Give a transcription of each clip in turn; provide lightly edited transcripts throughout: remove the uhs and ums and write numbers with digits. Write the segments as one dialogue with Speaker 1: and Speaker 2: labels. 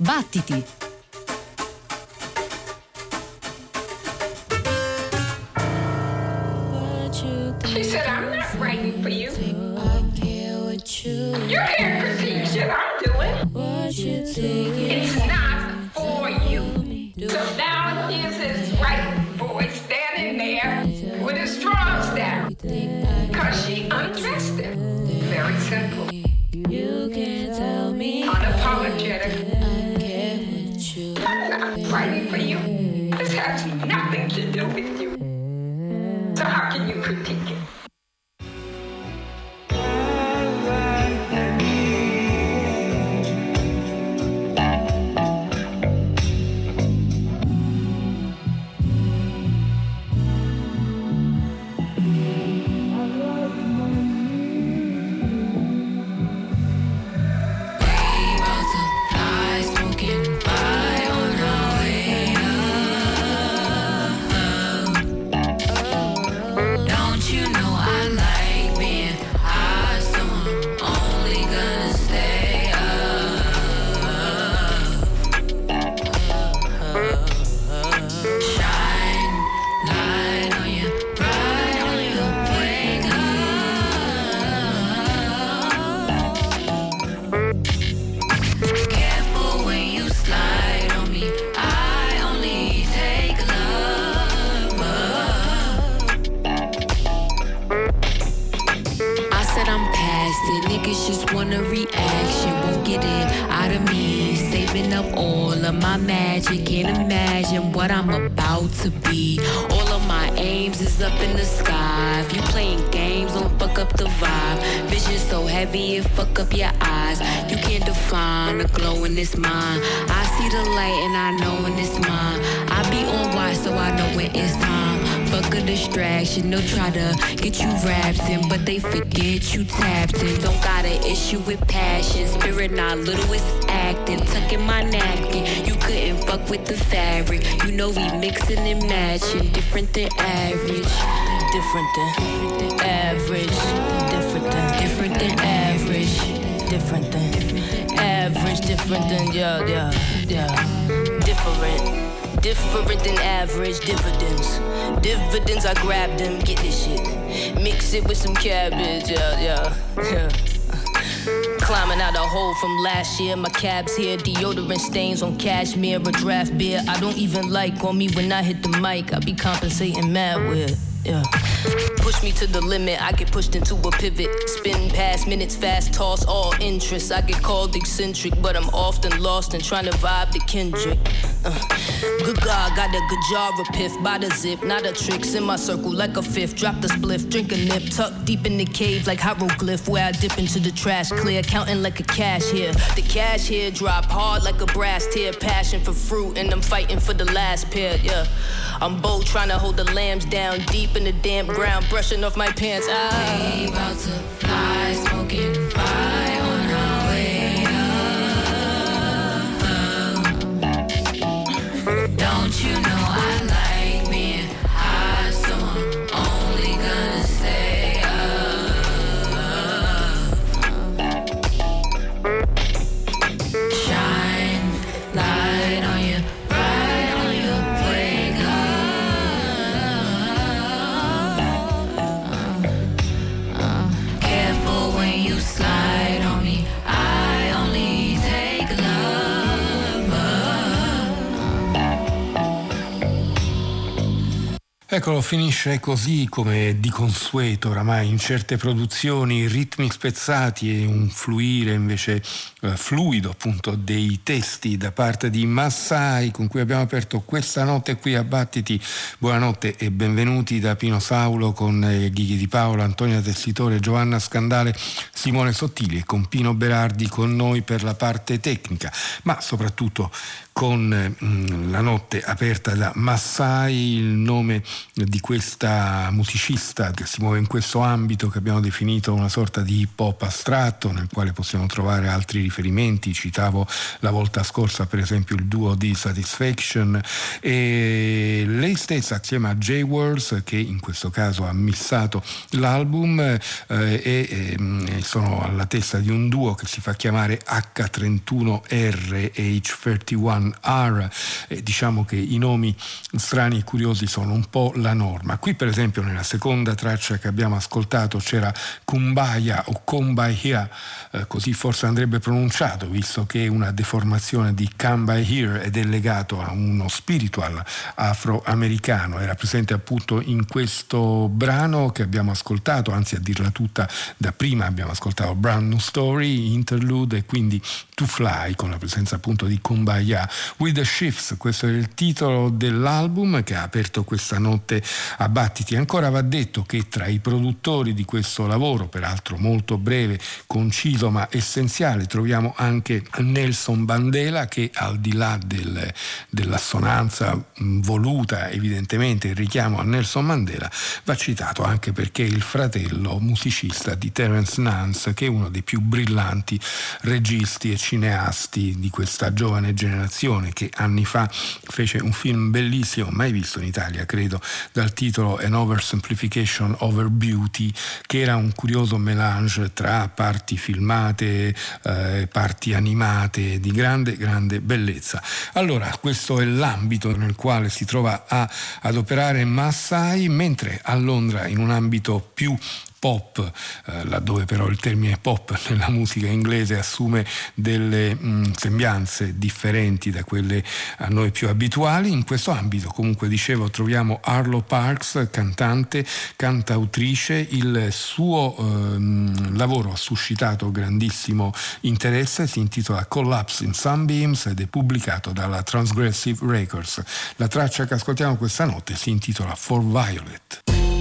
Speaker 1: Battiti!
Speaker 2: She said, I'm not writing for you. Your hair critique shit I'm doing. It's not for you. So now here's this white boy standing there with his drawers down. Because she undressed him. Very simple.
Speaker 3: You can tell me
Speaker 2: Unapologetic. I'm not writing for you. This has nothing to do with you. So how can you critique it?
Speaker 3: Just want a reaction, won't get it out of me. Saving up all of my magic, can't imagine what I'm about to be. All of my aims is up in the sky. If you playing games, don't fuck up the vibe. Vision so heavy, it fuck up your eyes. You can't define the glow in this mind. I see the light and I know when it's mine. I be on watch so I know when it's time. Fuck a distraction, they'll try to get you wrapped in, but they forget you tapped in. Don't got an issue with passion, spirit not little, it's acting. Tucking my napkin, you couldn't fuck with the fabric. You know we mixing and matching, different than average.
Speaker 4: Different than average. Different than average. Different than average. Different than Different than average dividends. Dividends, I grab them, get this shit. Mix it with some cabbage, yeah. Climbing out a hole from last year. My cab's here, deodorant stains on cashmere, a draft beer I don't even like on me when I hit the mic. I be compensating mad weird, yeah. Push me to the limit, I get pushed into a pivot. Spin past minutes, fast toss, all interest. I get called eccentric, but I'm often lost and trying to vibe to Kendrick. Good God, got a good jar of piff by the zip, not a tricks in my circle like a fifth. Drop the spliff, drink a nip, tuck deep in the cave like hieroglyph, where I dip into the trash, clear, counting like a cashier. The cash here drop hard like a brass tear, passion for fruit, and I'm fighting for the last pair, yeah. I'm bold trying to hold the lambs down deep in the damp ground, brushing off my pants.
Speaker 3: We about to fly, smoking fire on our way up. Don't you know I like being high, so I'm only gonna stay up. Shine light on you, bright on your wake up. Careful when you slide on me, I only take love.
Speaker 5: Eccolo, finisce così come di consueto oramai in certe produzioni, ritmi spezzati e un fluire invece fluido appunto dei testi da parte di Massai, con cui abbiamo aperto questa notte qui a Battiti. Buonanotte e benvenuti da Pino Saulo con Ghighi Di Paola, Antonia Tessitore, Giovanna Scandale, Simone Sottili e con Pino Berardi con noi per la parte tecnica, ma soprattutto con la notte aperta da Massai, il nome di questa musicista che si muove in questo ambito che abbiamo definito una sorta di hip hop astratto, nel quale possiamo trovare altri riferimenti. Citavo la volta scorsa per esempio il duo di Satisfaction, e lei stessa assieme a Jay Words, che in questo caso ha missato l'album, e sono alla testa di un duo che si fa chiamare H31R e H31R. Diciamo che i nomi strani e curiosi sono un po' la norma. Qui per esempio nella seconda traccia che abbiamo ascoltato c'era Kumbaya o Kumbaya, così forse andrebbe pronunciato, visto che è una deformazione di Come By Here ed è legato a uno spiritual afroamericano. Era presente appunto in questo brano che abbiamo ascoltato, anzi a dirla tutta da prima abbiamo ascoltato Brand New Story, Interlude e quindi To Fly, con la presenza appunto di Kumbaya. With the Shifts, questo è il titolo dell'album che ha aperto questa notte a battiti. Ancora va detto che tra i produttori di questo lavoro, peraltro molto breve, conciso ma essenziale, troviamo anche Nelson Mandela, che al di là dell'assonanza voluta, evidentemente il richiamo a Nelson Mandela, va citato anche perché è il fratello musicista di Terence Nance, che è uno dei più brillanti registi e cineasti di questa giovane generazione, che anni fa fece un film bellissimo, mai visto in Italia credo, dal titolo An Oversimplification Over Beauty, che era un curioso mélange tra parti filmate, parti animate di grande bellezza. Allora, questo è l'ambito nel quale si trova ad operare Massai, mentre a Londra, in un ambito più pop, laddove però il termine pop nella musica inglese assume delle sembianze differenti da quelle a noi più abituali. In questo ambito, comunque dicevo, troviamo Arlo Parks, cantante, cantautrice. Il suo lavoro ha suscitato grandissimo interesse, si intitola Collapse in Sunbeams ed è pubblicato dalla Transgressive Records. La traccia che ascoltiamo questa notte si intitola For Violet.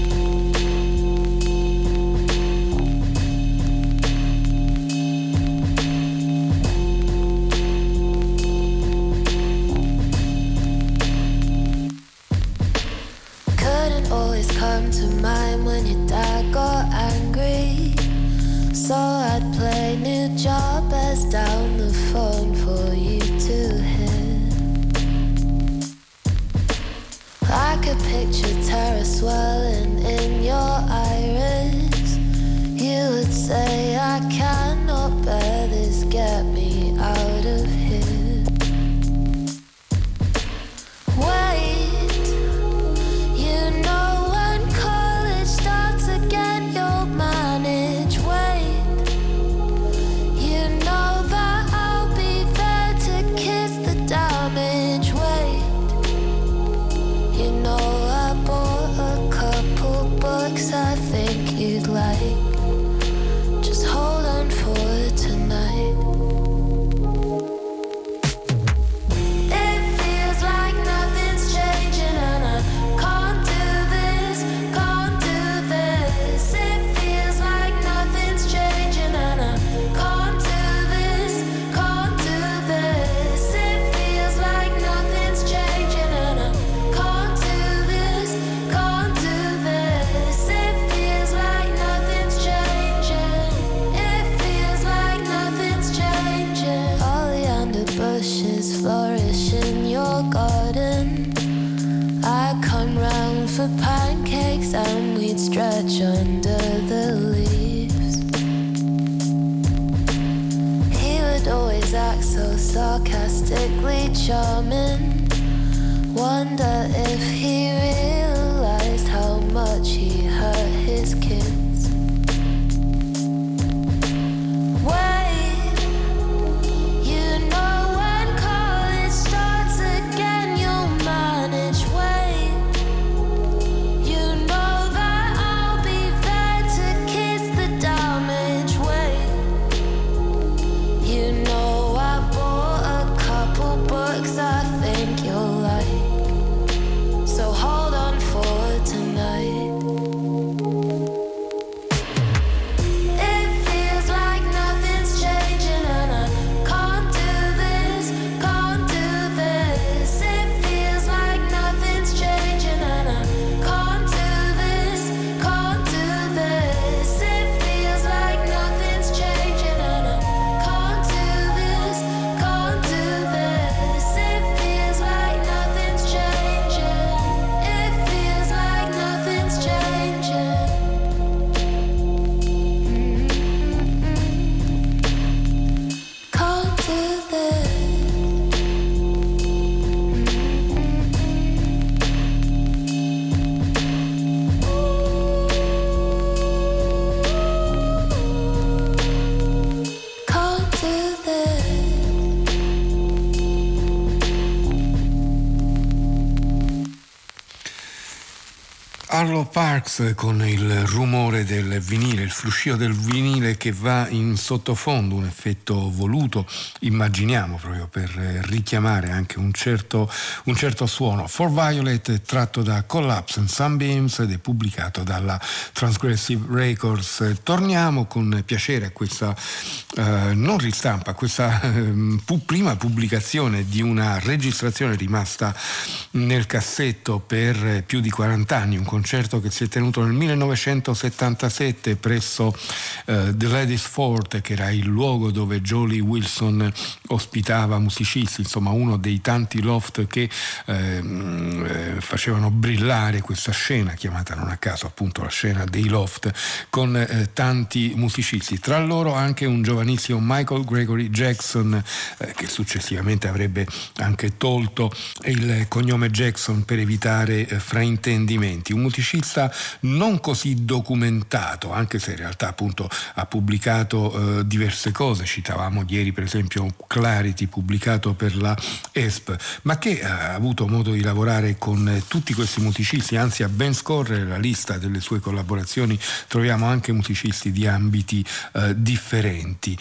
Speaker 1: Come to mind when your dad got angry, so I'd play new jobbers down the phone for you to hear. I could picture terror swelling in your iris. You would say, I cannot bear this, get me out of here. Wait, you know again you'll manage. Wait, you know that I'll be there to kiss the damage. Wait, you know I bought a couple books I think you'd like. Just hold on for tonight. It feels like nothing's changing and I can't do this, can't do this. It feels like nothing's changing and I can't do this, can't do this. It feels like nothing's changing and I can't do this, can't do this. It feels like nothing's changing. It feels like nothing's changing. Oleander bushes flourish in your garden. I come round for pancakes and we'd stretch under the leaves. He would always act so sarcastically charming. Wonder if he realized how much he hurt his kids. Wait, you know when college starts again you'll manage. Wait, you know that I'll be there to kiss the damage. Wait, you know I bought a couple books I think you'll like. So hold on
Speaker 5: Arlo Parks con il rumore del vinile, il fruscio del vinile che va in sottofondo, un effetto voluto, immaginiamo, proprio per richiamare anche un certo suono. For Violet, tratto da Collapse and Sunbeams ed è pubblicato dalla Transgressive Records. Torniamo con piacere a questa non ristampa, questa prima pubblicazione di una registrazione rimasta nel cassetto per più di 40 anni, un concerto che si è tenuto nel 1977 presso The Ladies Fort, che era il luogo dove Jolie Wilson ospitava musicisti, insomma uno dei tanti loft che facevano brillare questa scena, chiamata non a caso appunto la scena dei loft, con tanti musicisti, tra loro anche un giovanissimo Michael Gregory Jackson, che successivamente avrebbe anche tolto il cognome Jackson per evitare fraintendimenti. Un musicista non così documentato, anche se in realtà appunto ha pubblicato diverse cose, citavamo ieri per esempio Clarity pubblicato per la ESP, ma che ha avuto modo di lavorare con tutti questi musicisti, anzi a ben scorrere la lista delle sue collaborazioni troviamo anche musicisti di ambiti differenti.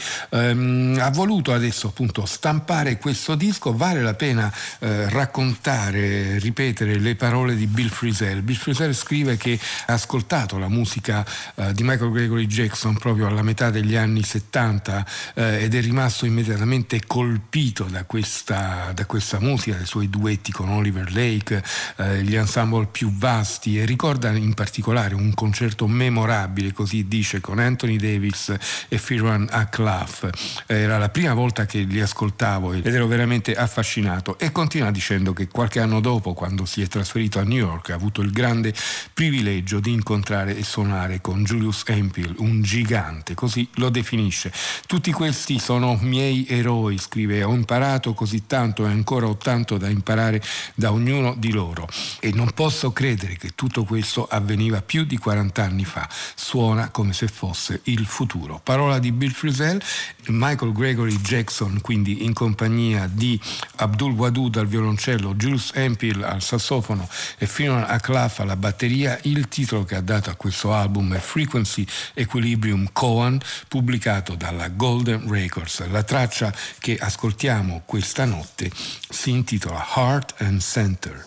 Speaker 5: Ha voluto adesso appunto stampare questo disco, vale la pena raccontare, ripetere le parole di Bill Frisell. Bill Frisell scrive che ha ascoltato la musica di Michael Gregory Jackson proprio alla metà degli anni 70 ed è rimasto immediatamente colpito da questa musica, dai suoi duetti con Oliver Lake, gli ensemble più vasti, e ricorda in particolare un concerto memorabile, così dice, con Anthony Davis e Fireman Aklaf. Era la prima volta che li ascoltavo ed ero veramente affascinato, e continua dicendo che qualche anno dopo, quando si è trasferito a New York, ha avuto il grande privilegio di incontrare e suonare con Julius Hemphill, un gigante, così lo definisce. Tutti questi sono miei eroi, scrive, ho imparato così tanto e ancora ho tanto da imparare da ognuno di loro e non posso credere che tutto questo avveniva più di 40 anni fa. Suona come se fosse il futuro. Parola di Bill Frisell. Michael Gregory Jackson quindi in compagnia di Abdul Wadud al violoncello, Julius Hemphill al sassofono e Fireman Aklaf alla batteria. Il titolo che ha dato a questo album è Frequency Equilibrium Koan, pubblicato dalla Golden Records. La traccia che ascoltiamo questa notte si intitola Heart and Center.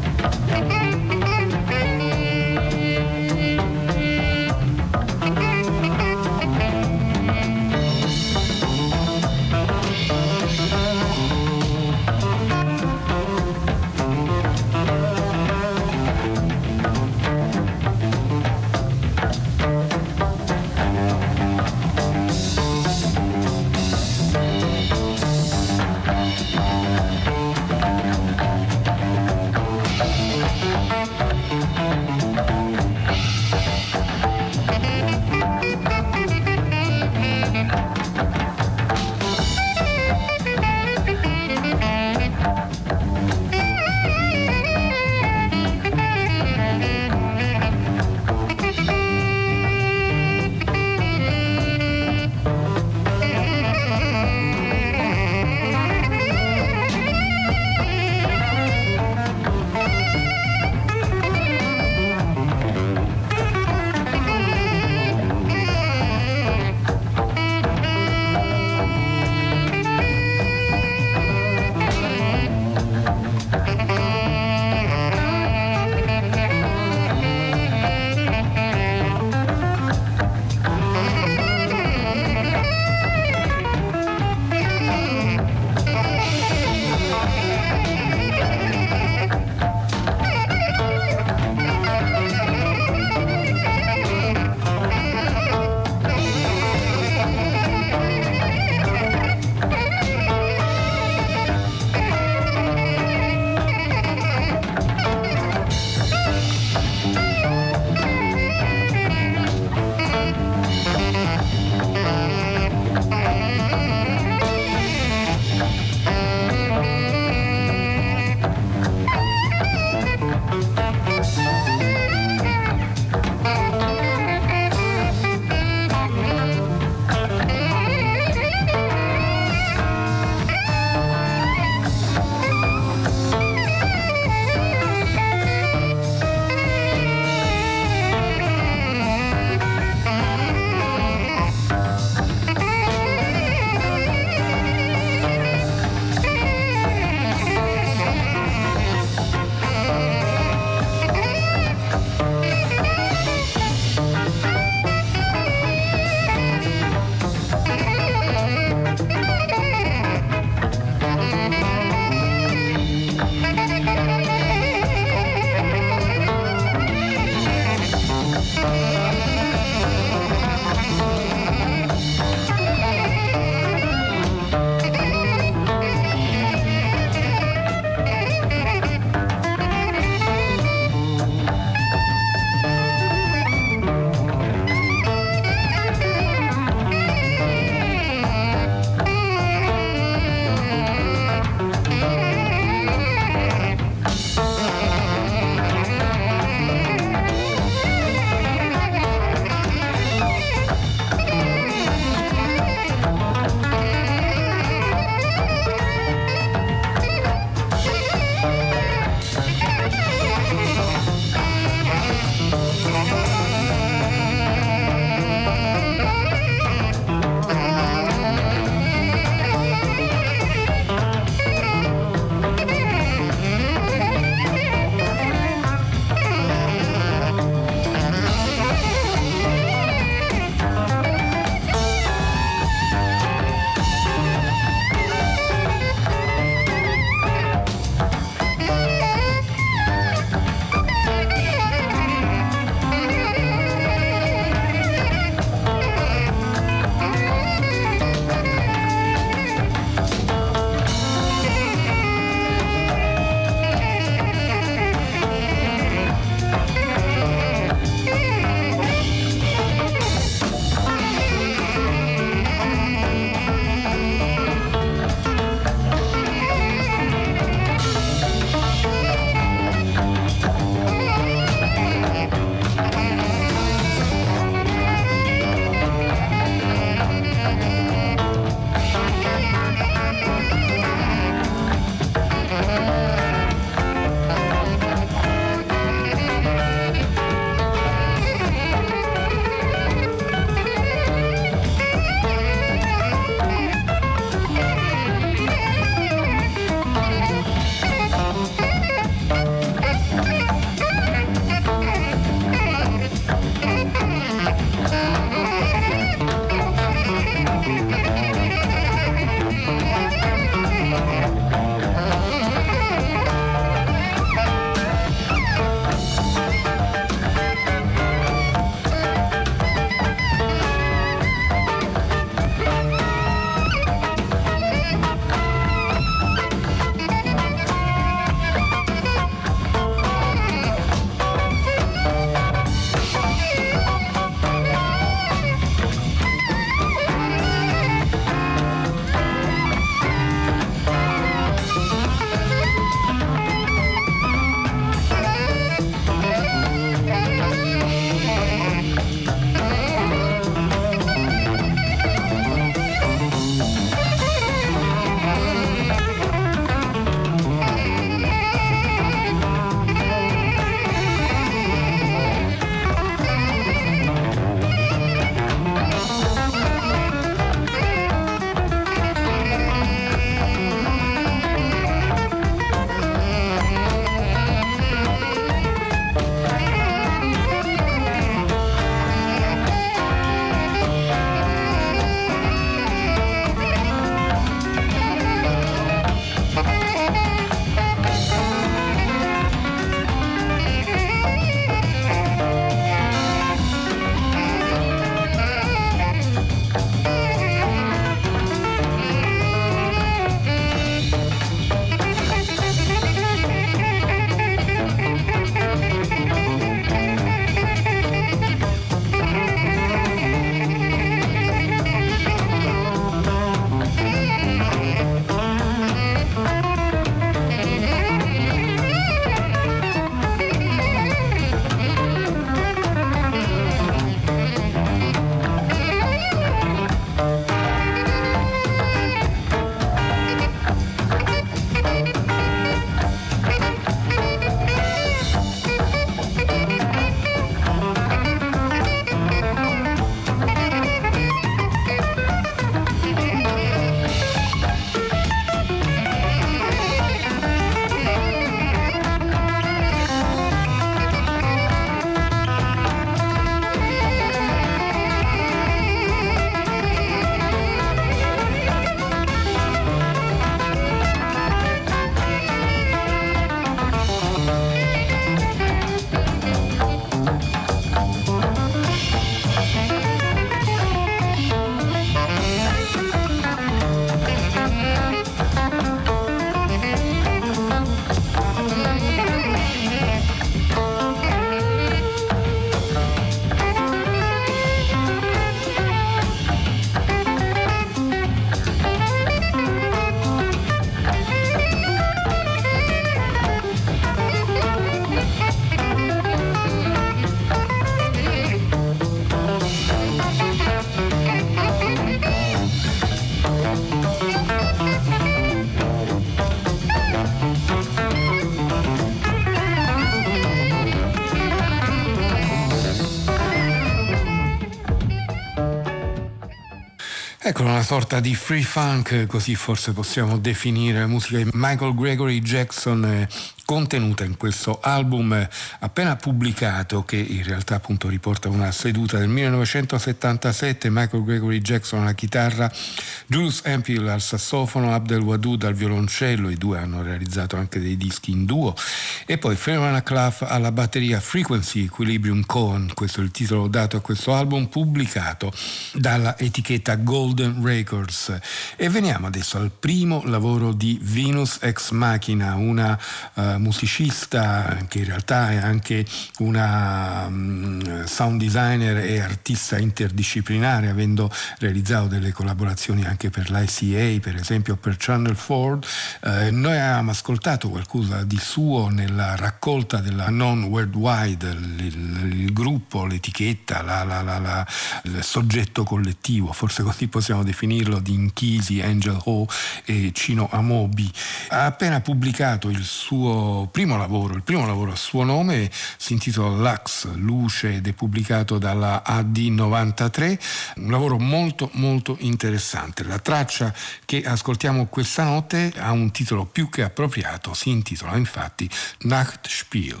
Speaker 5: Ecco, una sorta di free funk, così forse possiamo definire la musica di Michael Gregory Jackson, contenuta in questo album appena pubblicato, che in realtà appunto riporta una seduta del 1977. Michael Gregory Jackson alla chitarra, Julius Hemphill al sassofono, Abdel Wadud al violoncello. I due hanno realizzato anche dei dischi in duo, e poi Freeman Clough alla batteria. Frequency Equilibrium Cohen, questo è il titolo dato a questo album pubblicato dalla etichetta Golden Records. E veniamo adesso al primo lavoro di Venus Ex Machina, una musicista che in realtà è anche una sound designer e artista interdisciplinare, avendo realizzato delle collaborazioni anche per l'ICA, per esempio per Channel 4. Noi avevamo ascoltato qualcosa di suo nella raccolta della Non Worldwide, il gruppo, l'etichetta, il soggetto collettivo, forse così possiamo definirlo, di Nkisi, Angel Ho e Cino Amobi. Ha appena pubblicato il suo primo lavoro a suo nome, si intitola Lux, Luce, ed è pubblicato dalla AD93, un lavoro molto molto interessante. La traccia che ascoltiamo questa notte ha un titolo più che appropriato, si intitola infatti Nachtspiel.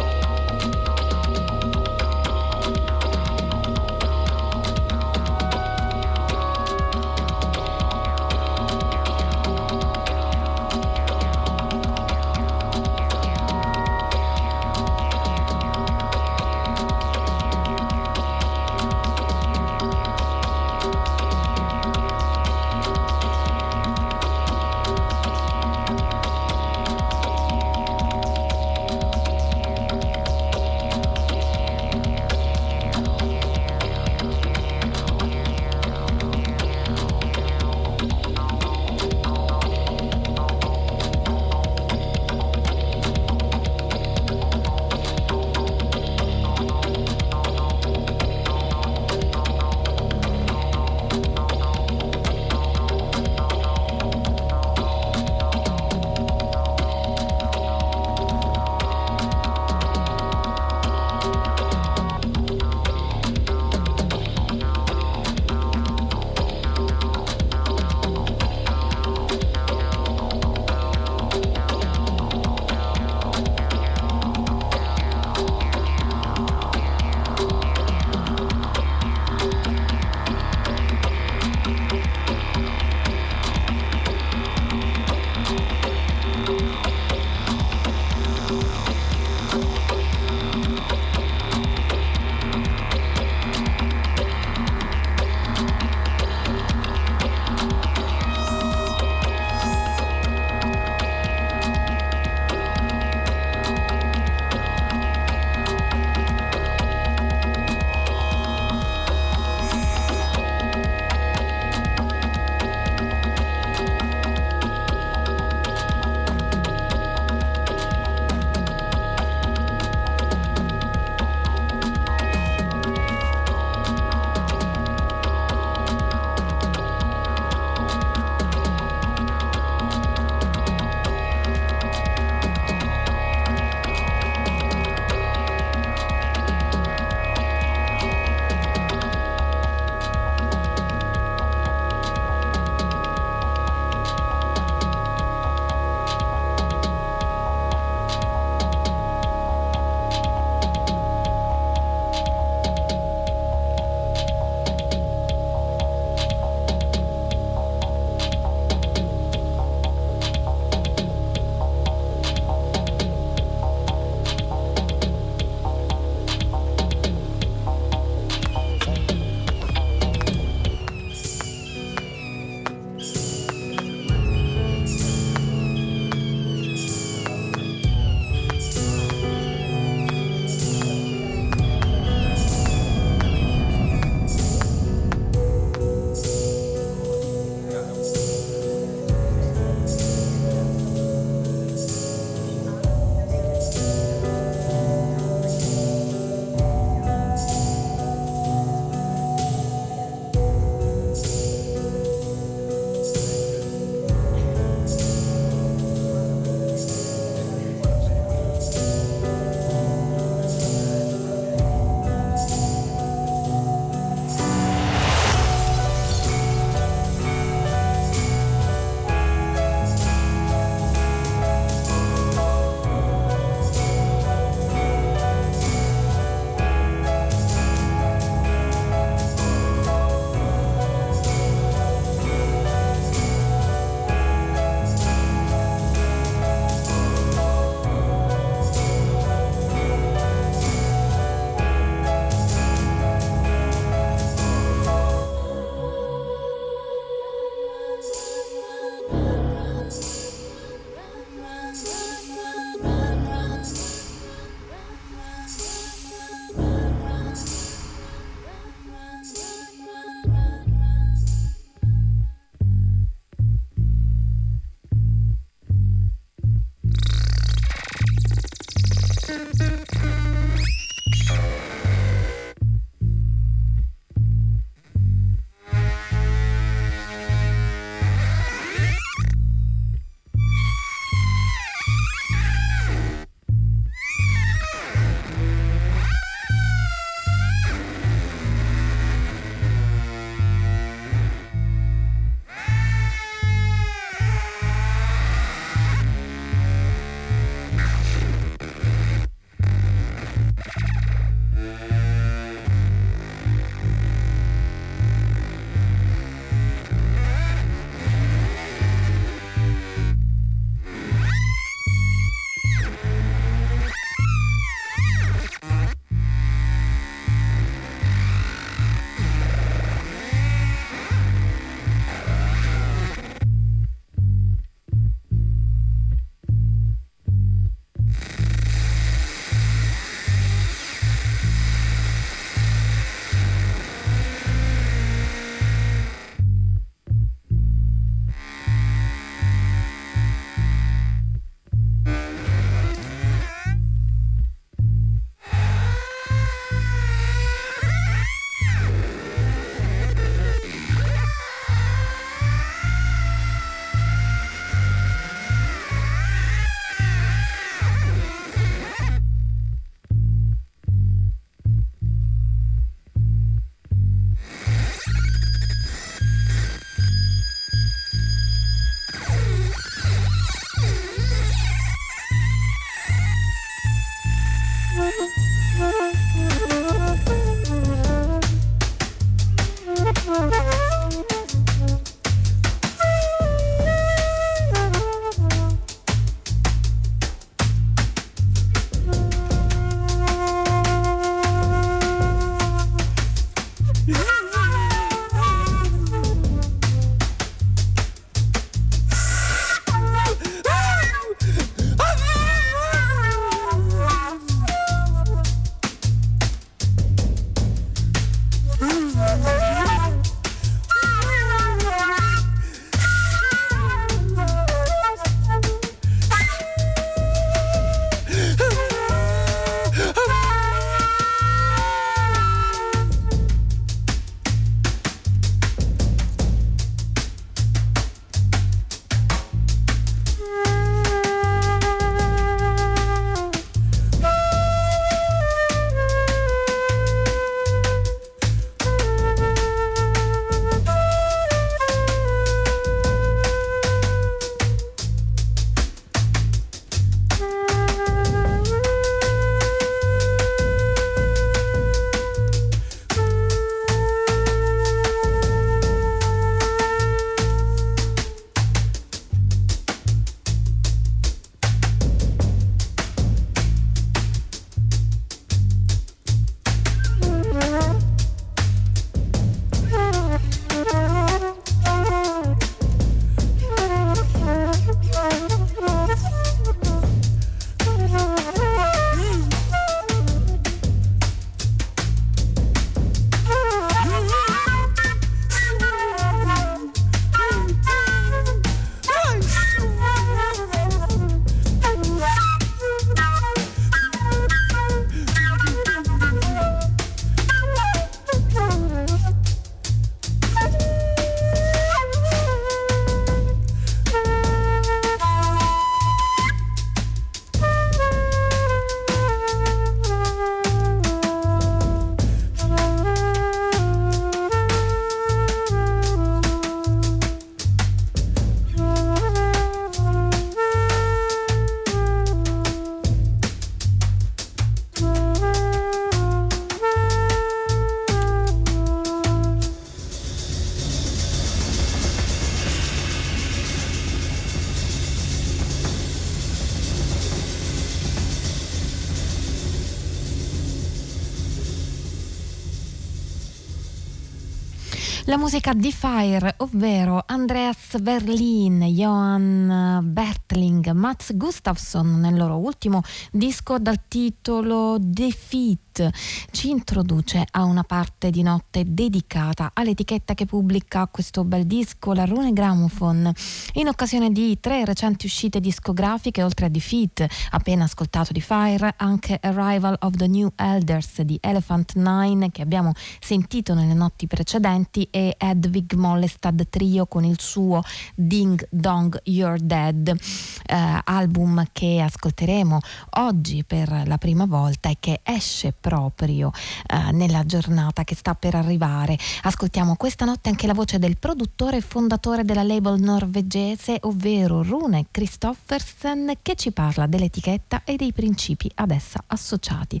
Speaker 6: La musica di Fire, ovvero Andreas Verlin, Johan Bertling, Mats Gustafsson nel loro ultimo disco dal titolo Defeat, ci introduce a una parte di notte dedicata all'etichetta che pubblica questo bel disco, la Rune Gramophone, in occasione di 3 recenti uscite discografiche. Oltre a Defeat, appena ascoltato di Fire, anche Arrival of the New Elders di Elephant Nine, che abbiamo sentito nelle notti precedenti, e Hedwig Mollestad Trio con il suo Ding Dong You're Dead, album che ascolteremo oggi per la prima volta e che esce proprio nella giornata che sta per arrivare. Ascoltiamo questa notte anche la voce del produttore e fondatore della label norvegese, ovvero Rune Christoffersen, che ci parla dell'etichetta e dei principi ad essa associati.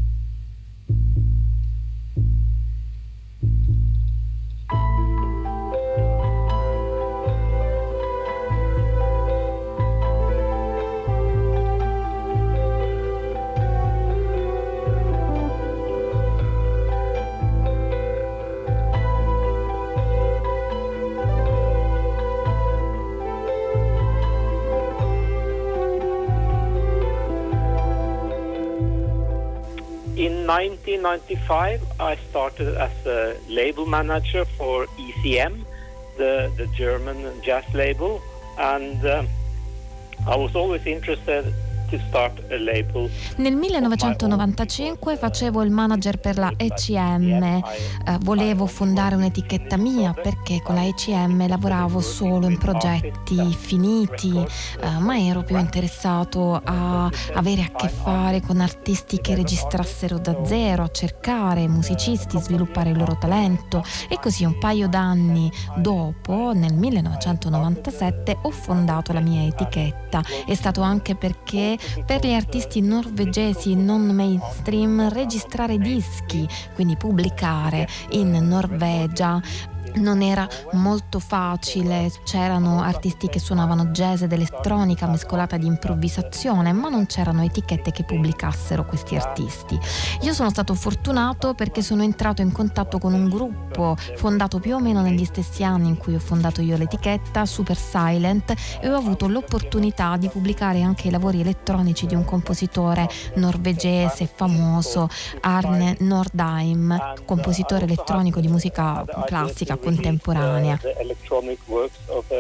Speaker 7: In 1995, I started as a label manager for ECM, the German jazz label, and I was always interested to start a label.
Speaker 6: Nel 1995 facevo il manager per la ECM, volevo fondare un'etichetta mia perché con la ECM lavoravo solo in progetti finiti, ma ero più interessato a avere a che fare con artisti che registrassero da zero, a cercare musicisti, sviluppare il loro talento, e così un paio d'anni dopo, nel 1997, ho fondato la mia etichetta. È stato anche perché per gli artisti norvegesi non mainstream registrare dischi, quindi pubblicare in Norvegia, non era molto facile. C'erano artisti che suonavano jazz ed elettronica mescolata di improvvisazione, ma non c'erano etichette che pubblicassero questi artisti. Io sono stato fortunato perché sono entrato in contatto con un gruppo fondato più o meno negli stessi anni in cui ho fondato io l'etichetta, Super Silent, e ho avuto l'opportunità di pubblicare anche i lavori elettronici di un compositore norvegese famoso, Arne Nordheim, compositore elettronico di musica classica contemporanea.
Speaker 7: The electronic works of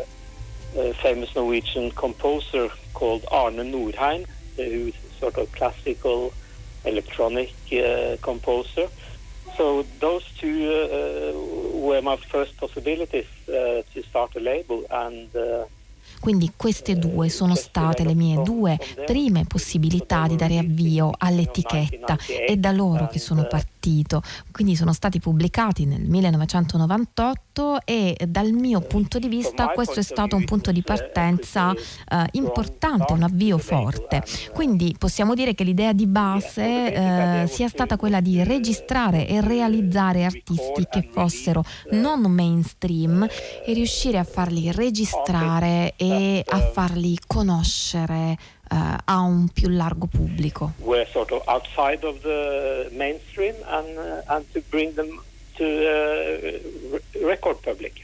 Speaker 7: a famous Norwegian composer called Arne Nordheim, who's sort of classical electronic composer. So those two were my first possibilities to start a label, and
Speaker 6: Quindi queste due sono state le mie due prime possibilità di dare avvio all'etichetta, e da loro che sono partito. Quindi sono stati pubblicati nel 1998 e dal mio punto di vista questo è stato un punto di partenza importante, un avvio forte. Quindi possiamo dire che l'idea di base sia stata quella di registrare e realizzare artisti che fossero non mainstream e riuscire a farli registrare e a farli conoscere a un più largo pubblico.
Speaker 7: We're sort of outside of the mainstream and to bring them to record public.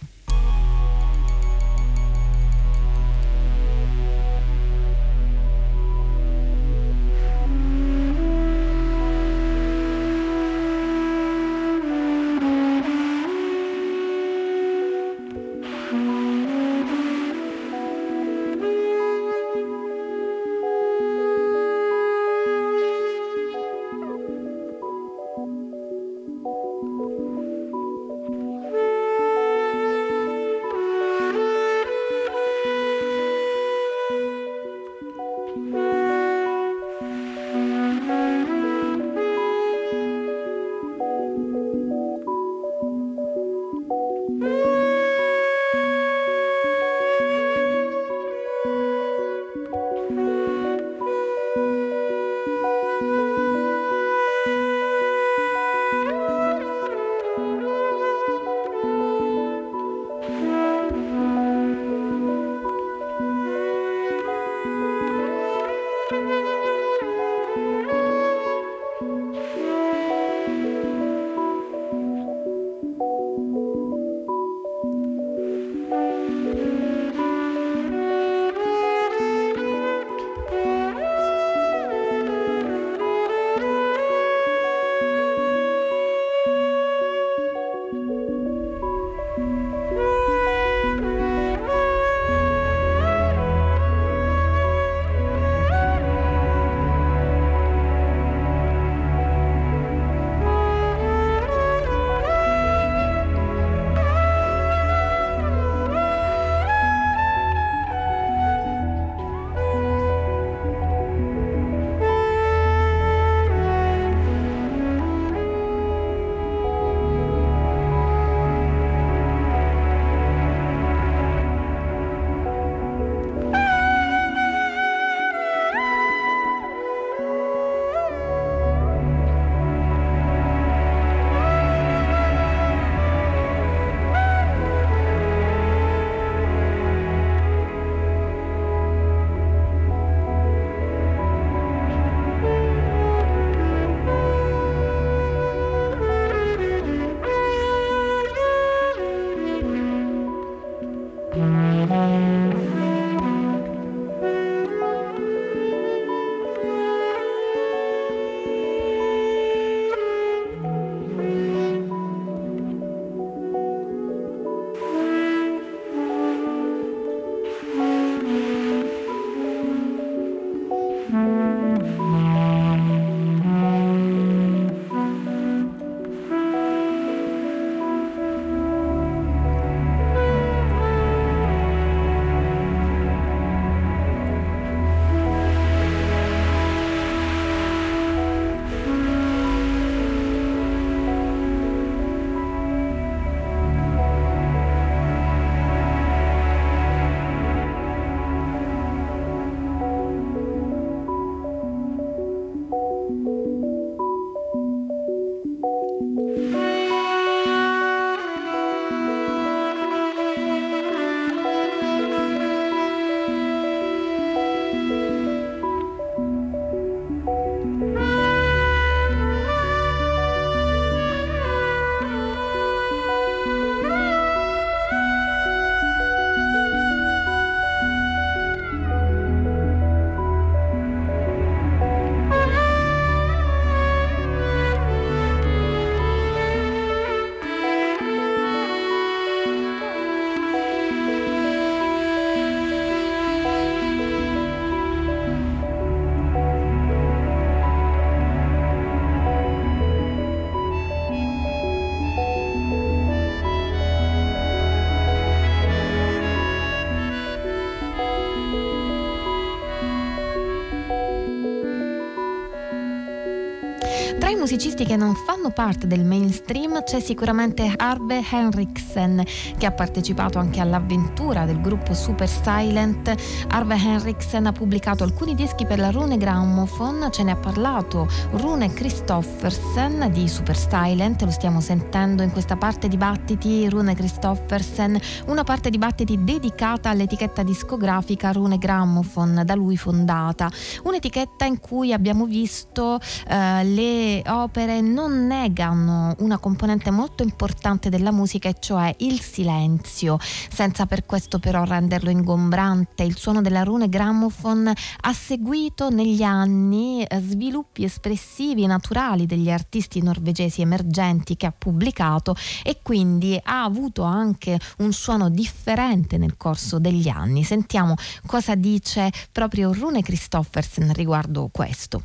Speaker 6: Tra i musicisti che non fanno parte del mainstream c'è sicuramente Arve Henriksen, che ha partecipato anche all'avventura del gruppo Super Silent. Arve Henriksen ha pubblicato alcuni dischi per la Rune Gramophone, ce ne ha parlato Rune Christoffersen di Super Silent, lo stiamo sentendo in questa parte di Battiti. Rune Christoffersen, una parte di Battiti dedicata all'etichetta discografica Rune Gramophone, da lui fondata, un'etichetta in cui abbiamo visto le opere non negano una componente molto importante della musica, e cioè il silenzio, senza per questo però renderlo ingombrante. Il suono della Rune Gramophone ha seguito negli anni sviluppi espressivi naturali degli artisti norvegesi emergenti che ha pubblicato, e quindi ha avuto anche un suono differente nel corso degli anni. Sentiamo cosa dice proprio Rune Christoffersen riguardo questo.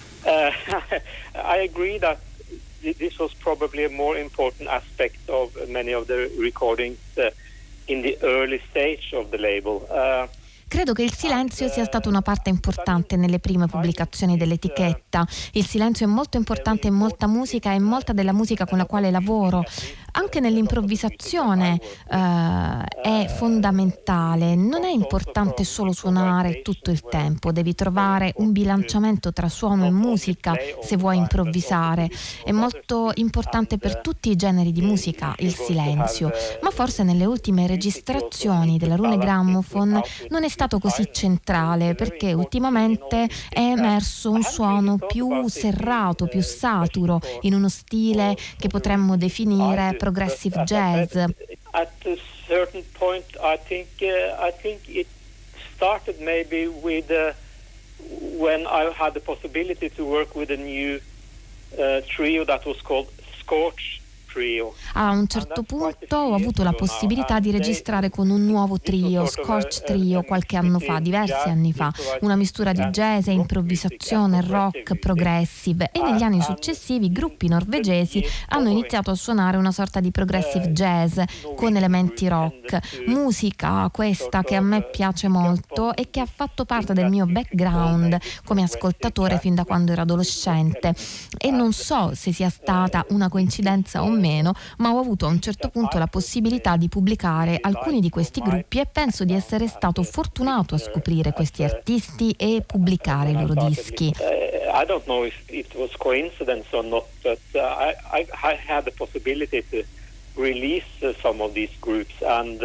Speaker 7: I agree that this was probably a more important aspect of many of the recordings in the early stage of the label.
Speaker 6: Credo che il silenzio sia stata una parte importante nelle prime pubblicazioni dell'etichetta. Il silenzio è molto importante in molta musica, e molta della musica con la quale lavoro. Anche nell'improvvisazione è fondamentale. Non è importante solo suonare tutto il tempo, devi trovare un bilanciamento tra suono e musica se vuoi improvvisare. È molto importante per tutti i generi di musica il silenzio, ma forse nelle ultime registrazioni della Rune Gramophone non è stato così centrale, perché ultimamente è emerso un suono più serrato, più saturo, in uno stile che potremmo definire progressive jazz.
Speaker 7: At a certain point, I think it started maybe with when I had the possibility to work with a new trio that was called Scorch Trio.
Speaker 6: A un certo punto ho avuto la possibilità di registrare con un nuovo trio, Scorch Trio, qualche anno fa, diversi anni fa, una mistura di jazz, improvvisazione, rock, progressive, e negli anni successivi gruppi norvegesi hanno iniziato a suonare una sorta di progressive jazz con elementi rock, musica questa che a me piace molto e che ha fatto parte del mio background come ascoltatore fin da quando ero adolescente, e non so se sia stata una coincidenza o meno, ma ho avuto a un certo punto la possibilità di pubblicare alcuni di questi gruppi, e penso di essere stato fortunato a scoprire questi artisti e pubblicare i loro dischi.
Speaker 7: I don't know if it was coincidence or not, but I had the possibility to release some of these groups, and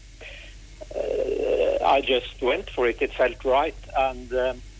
Speaker 7: I just went for it. It felt right, and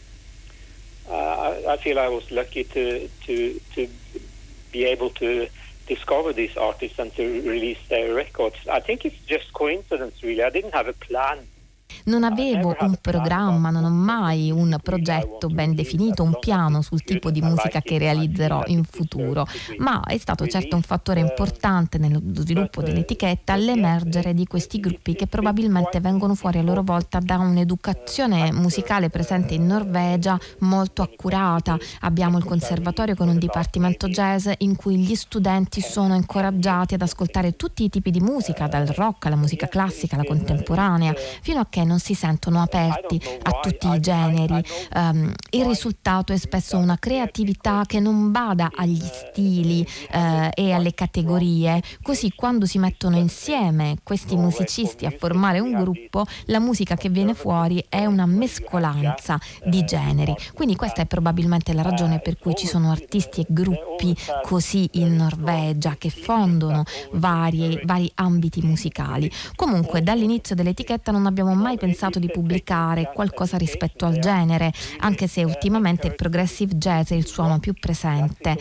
Speaker 7: I feel I was lucky to be able to discover these artists and to release their records. I think it's just coincidence, really. I didn't have a plan.
Speaker 6: Non avevo un programma, non ho mai un progetto ben definito, un piano sul tipo di musica che realizzerò in futuro, ma è stato certo un fattore importante nello sviluppo dell'etichetta l'emergere di questi gruppi, che probabilmente vengono fuori a loro volta da un'educazione musicale presente in Norvegia molto accurata. Abbiamo il conservatorio con un dipartimento jazz in cui gli studenti sono incoraggiati ad ascoltare tutti i tipi di musica, dal rock alla musica classica alla contemporanea, fino a che non si sentono aperti a tutti i generi. Il risultato è spesso una creatività che non bada agli stili e alle categorie. Così, quando si mettono insieme questi musicisti a formare un gruppo, la musica che viene fuori è una mescolanza di generi. Quindi questa è probabilmente la ragione per cui ci sono artisti e gruppi così in Norvegia, che fondono vari ambiti musicali. Comunque, dall'inizio dell'etichetta non abbiamo mai pensato di pubblicare qualcosa rispetto al genere, anche se ultimamente il progressive jazz è il suono più presente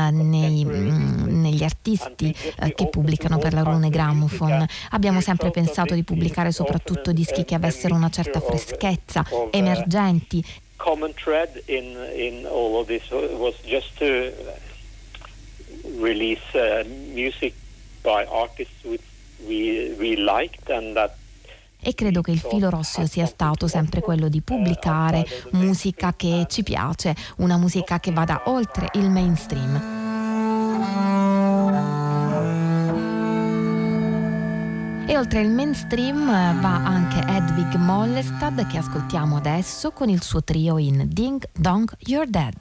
Speaker 6: negli artisti che pubblicano per la Rune Gramophone. Abbiamo sempre pensato di pubblicare soprattutto dischi che avessero una certa freschezza, emergenti.
Speaker 7: Common thread in all of this was just to release music by artists which we liked, and that.
Speaker 6: E credo che il filo rosso sia stato sempre quello di pubblicare musica che ci piace, una musica che vada oltre il mainstream. E oltre il mainstream va anche Hedwig Mollestad, che ascoltiamo adesso con il suo trio in Ding Dong You're Dead.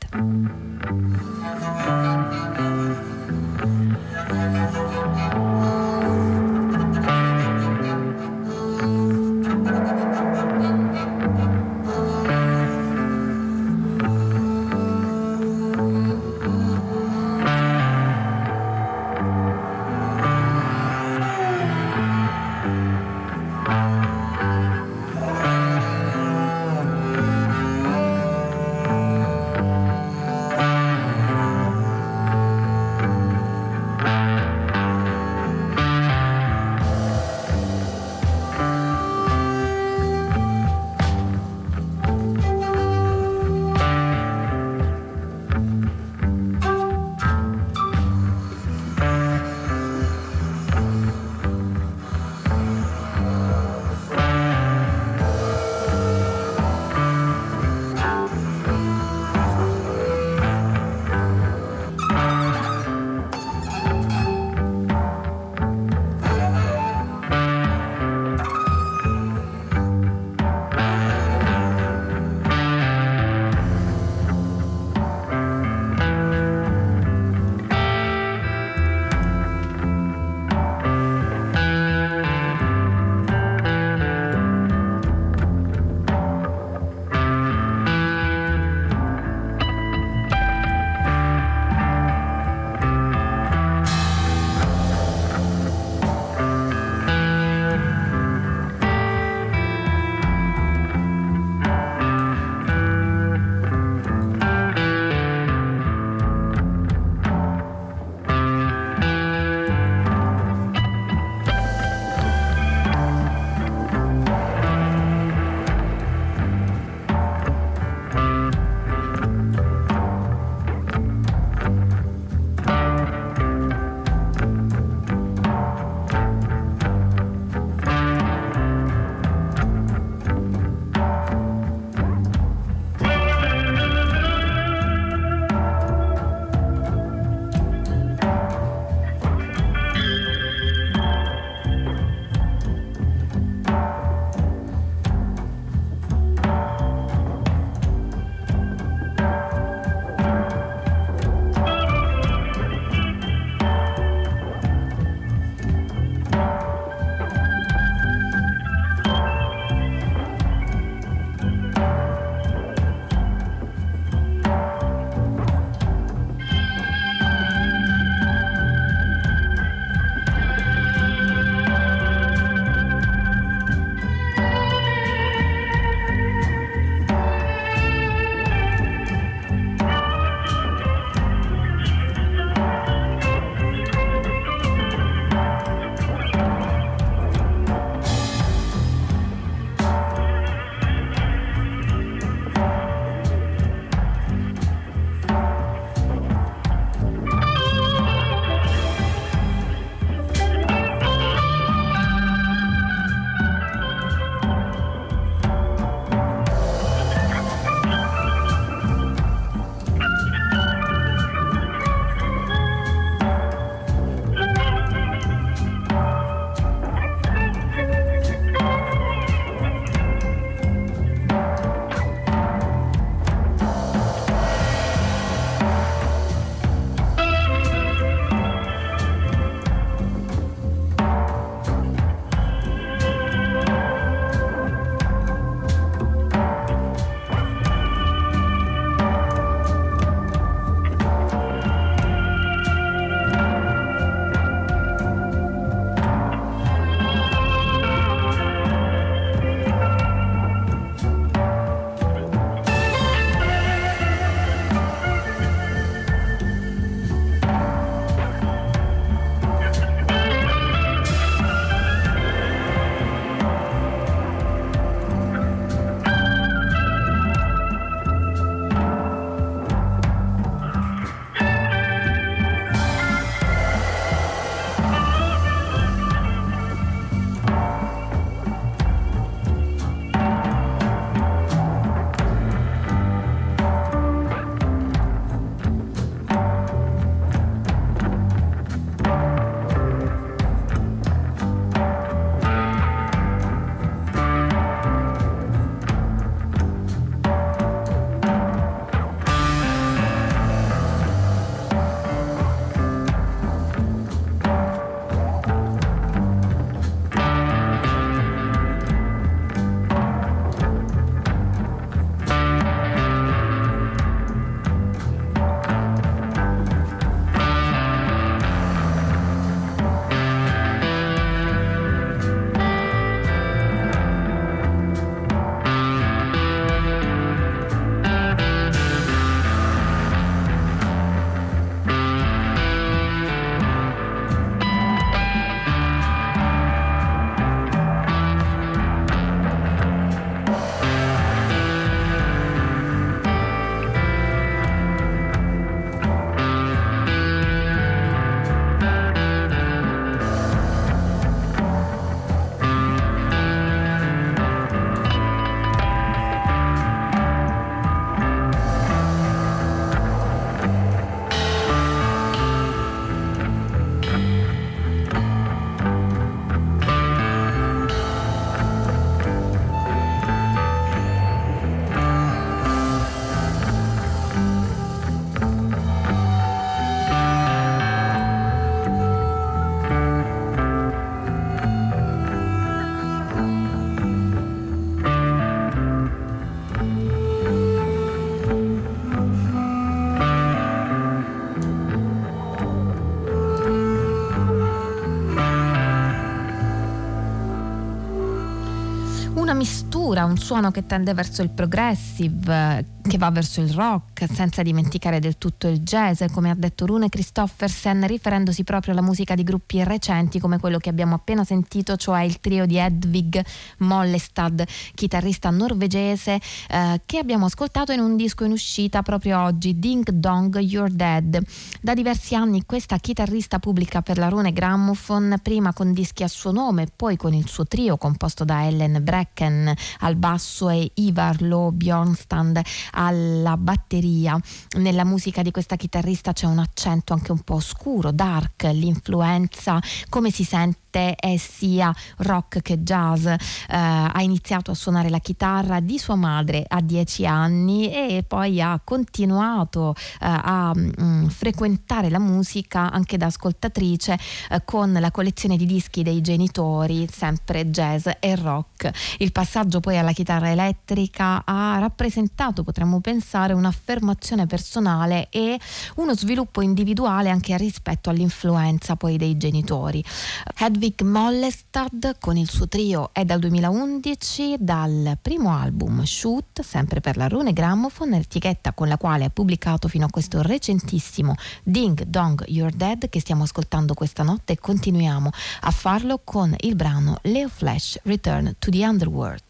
Speaker 6: suono che tende verso il progressive, che va verso il rock, senza dimenticare del tutto il jazz, come ha detto Rune Christoffersen, riferendosi proprio alla musica di gruppi recenti come quello che abbiamo appena sentito, cioè il trio di Hedvig Mollestad, chitarrista norvegese, che abbiamo ascoltato in un disco in uscita proprio oggi, Ding Dong You're Dead. Da diversi anni questa chitarrista pubblica per la Rune Gramophone, prima con dischi a suo nome, poi con il suo trio composto da Ellen Brecken al basso e Ivar Lo Bjornstrand alla batteria. Nella musica di questa chitarrista c'è un accento anche un po' oscuro, dark, l'influenza, come si sente, è sia rock che jazz. Ha iniziato a suonare la chitarra di sua madre a 10 anni e poi ha continuato a frequentare la musica anche da ascoltatrice con la collezione di dischi dei genitori, sempre jazz e rock. Il passaggio poi alla chitarra elettrica ha rappresentato, potremmo pensare, un'affermazione personale e uno sviluppo individuale anche rispetto all'influenza poi dei genitori. Hedvig Mollestad con il suo trio è dal 2011, dal primo album Shoot, sempre per la Rune Gramophone, etichetta con la quale ha pubblicato fino a questo recentissimo Ding Dong You're Dead, che stiamo ascoltando questa notte, e continuiamo a farlo con il brano Leo Flash Return to the Underworld.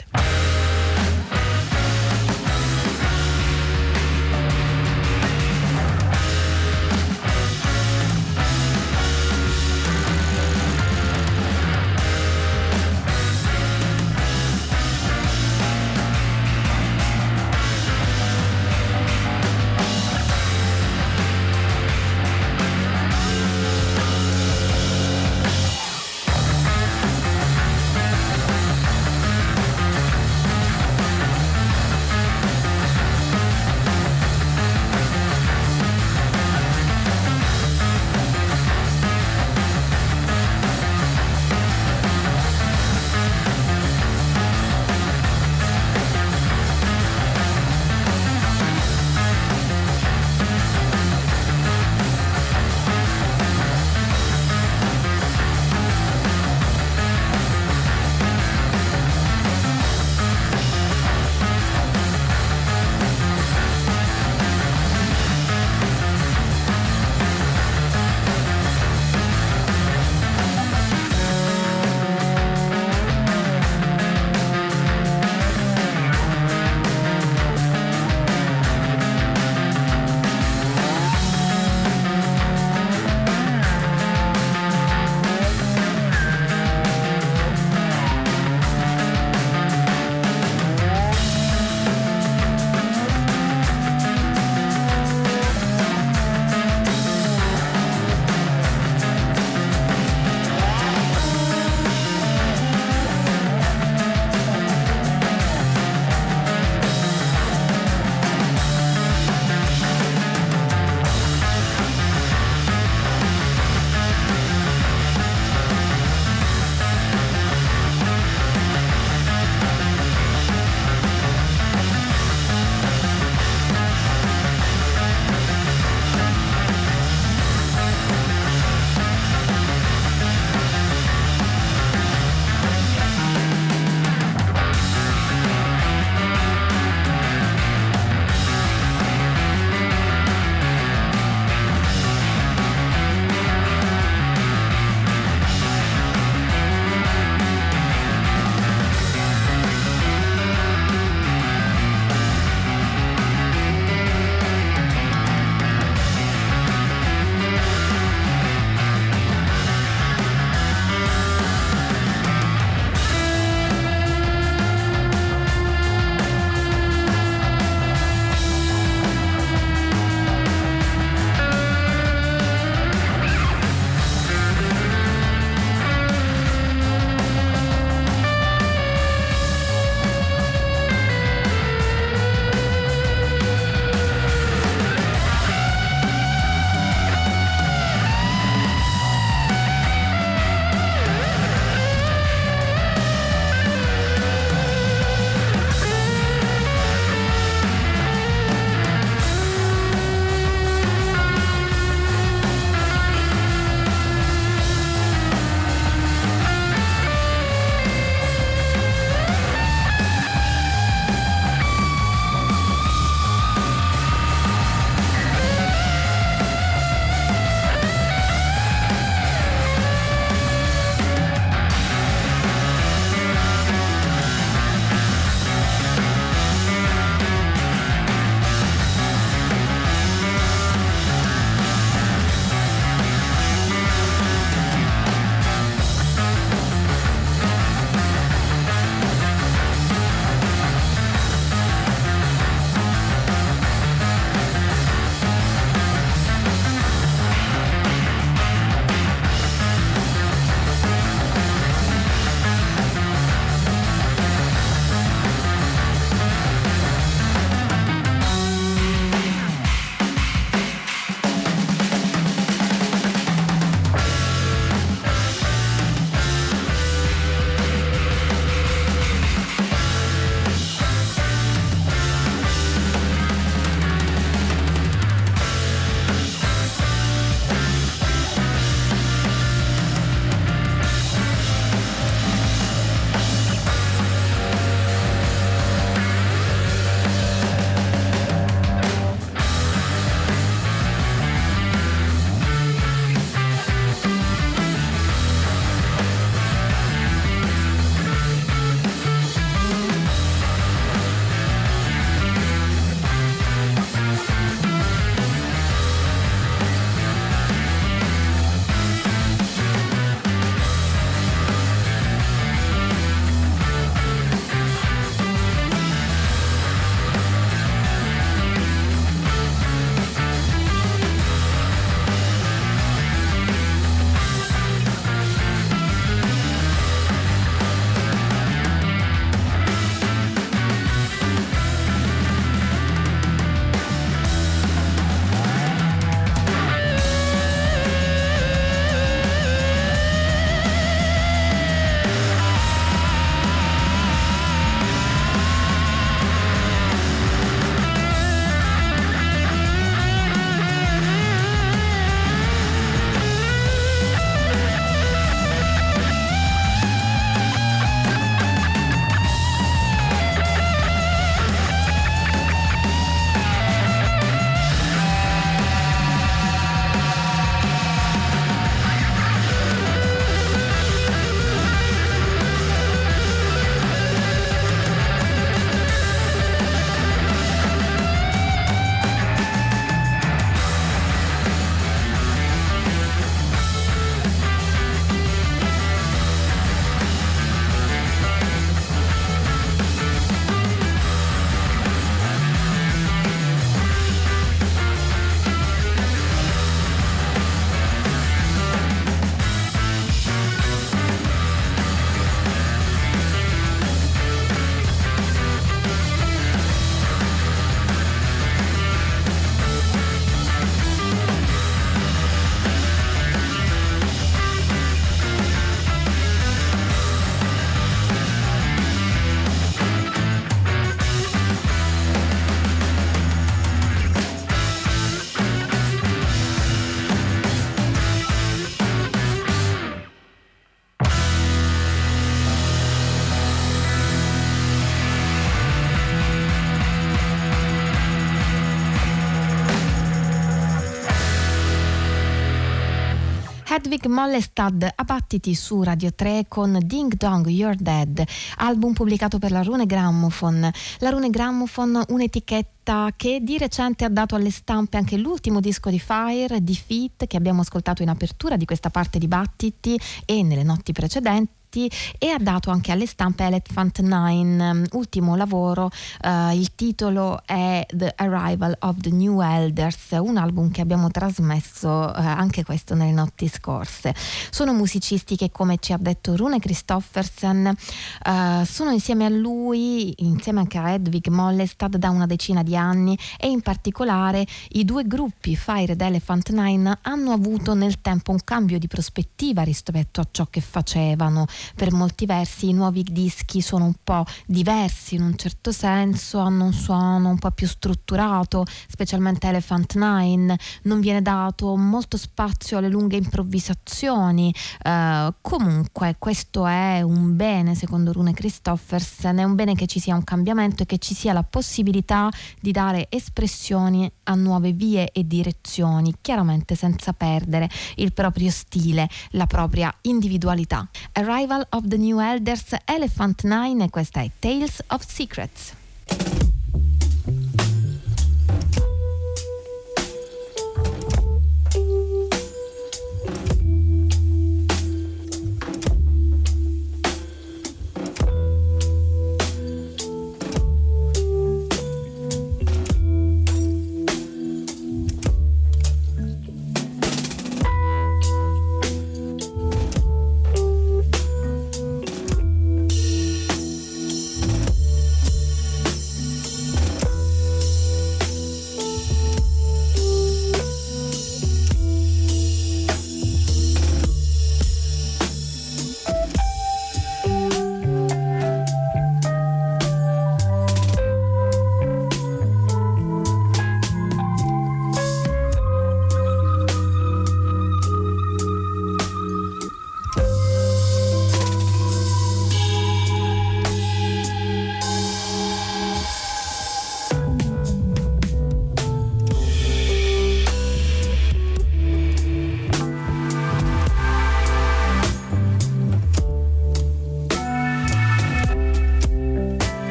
Speaker 6: Hedwig Mollestad a battiti su Radio 3 con Ding Dong You're Dead, album pubblicato per la Rune Gramophone. La Rune Gramophone, un'etichetta che di recente ha dato alle stampe anche l'ultimo disco di Fire, Defeat, che abbiamo ascoltato in apertura di questa parte di Battiti e nelle notti precedenti, e ha dato anche alle stampe Elephant Nine, ultimo lavoro. Il titolo è The Arrival of the New Elders, un album che abbiamo trasmesso anche questo nelle notti scorse. Sono musicisti che, come ci ha detto Rune Christoffersen, sono insieme a lui, insieme anche a Hedwig Mollestad, da una decina di anni, e in particolare i due gruppi Fire ed Elephant Nine hanno avuto nel tempo un cambio di prospettiva rispetto a ciò che facevano. Per molti versi i nuovi dischi sono un po' diversi in un certo senso, hanno un suono un po' più strutturato, specialmente Elephant Nine. Non viene dato molto spazio alle lunghe improvvisazioni. Comunque questo è un bene, secondo Rune Christoffersen, è un bene che ci sia un cambiamento e che ci sia la possibilità di dare espressioni a nuove vie e direzioni, chiaramente senza perdere il proprio stile, la propria individualità. Arrival of the New Elders, Elephant Nine, e questa è Tales of Secrets.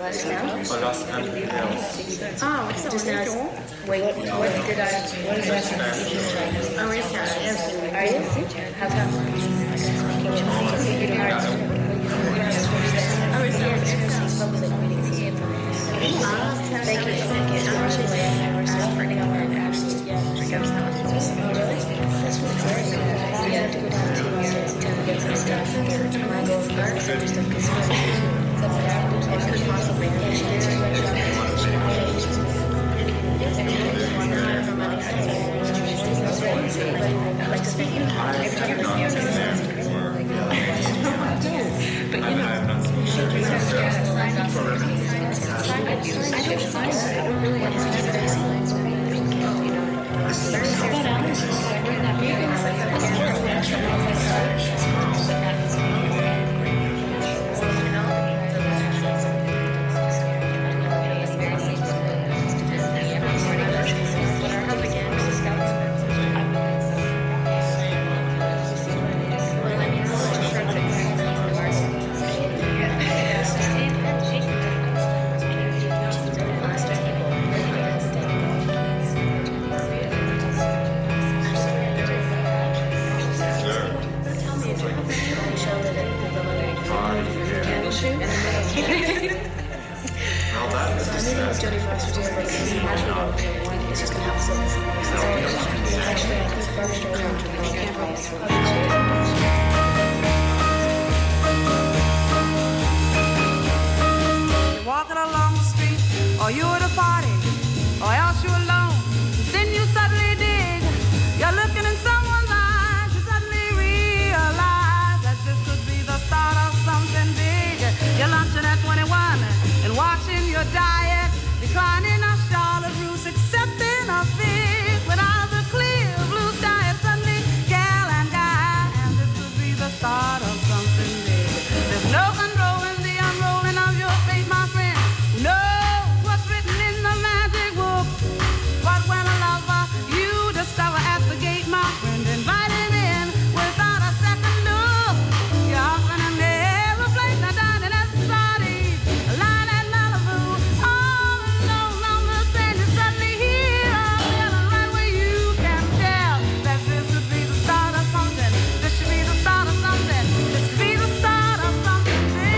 Speaker 8: Lost Sound?
Speaker 9: Oh, Lost and Hills.
Speaker 8: Oh, just now. Wait, what did I? What is that? Oh, it's not. Are you? How come? Thank you. I'm actually starting over and actually, that's really great. You have to go down to get some stuff. My goal is learn some stuff because it could possibly be
Speaker 10: Walking along the street, or you're at a party, or else you're alone. Then you suddenly dig, you're looking in someone's eyes. You suddenly realize that this could be the start of something big. You're lunching at 21 and watching your diet declining a Charlotte Russe, accepting a fig without the clear blue sky. It's suddenly gal and guy, and this could be the start of something big. There's no unrolling the unrolling of your fate, my friend. No, what's written in the magic book. But when a lover you discover at the gate, my friend, invite him in without a second look. You're offering him every place, now dining at the party, a line at Malibu, all alone on the sand. You're suddenly here, feeling right where you can tell that this could be the start of something. This should be the start of something. This could be the start of something big.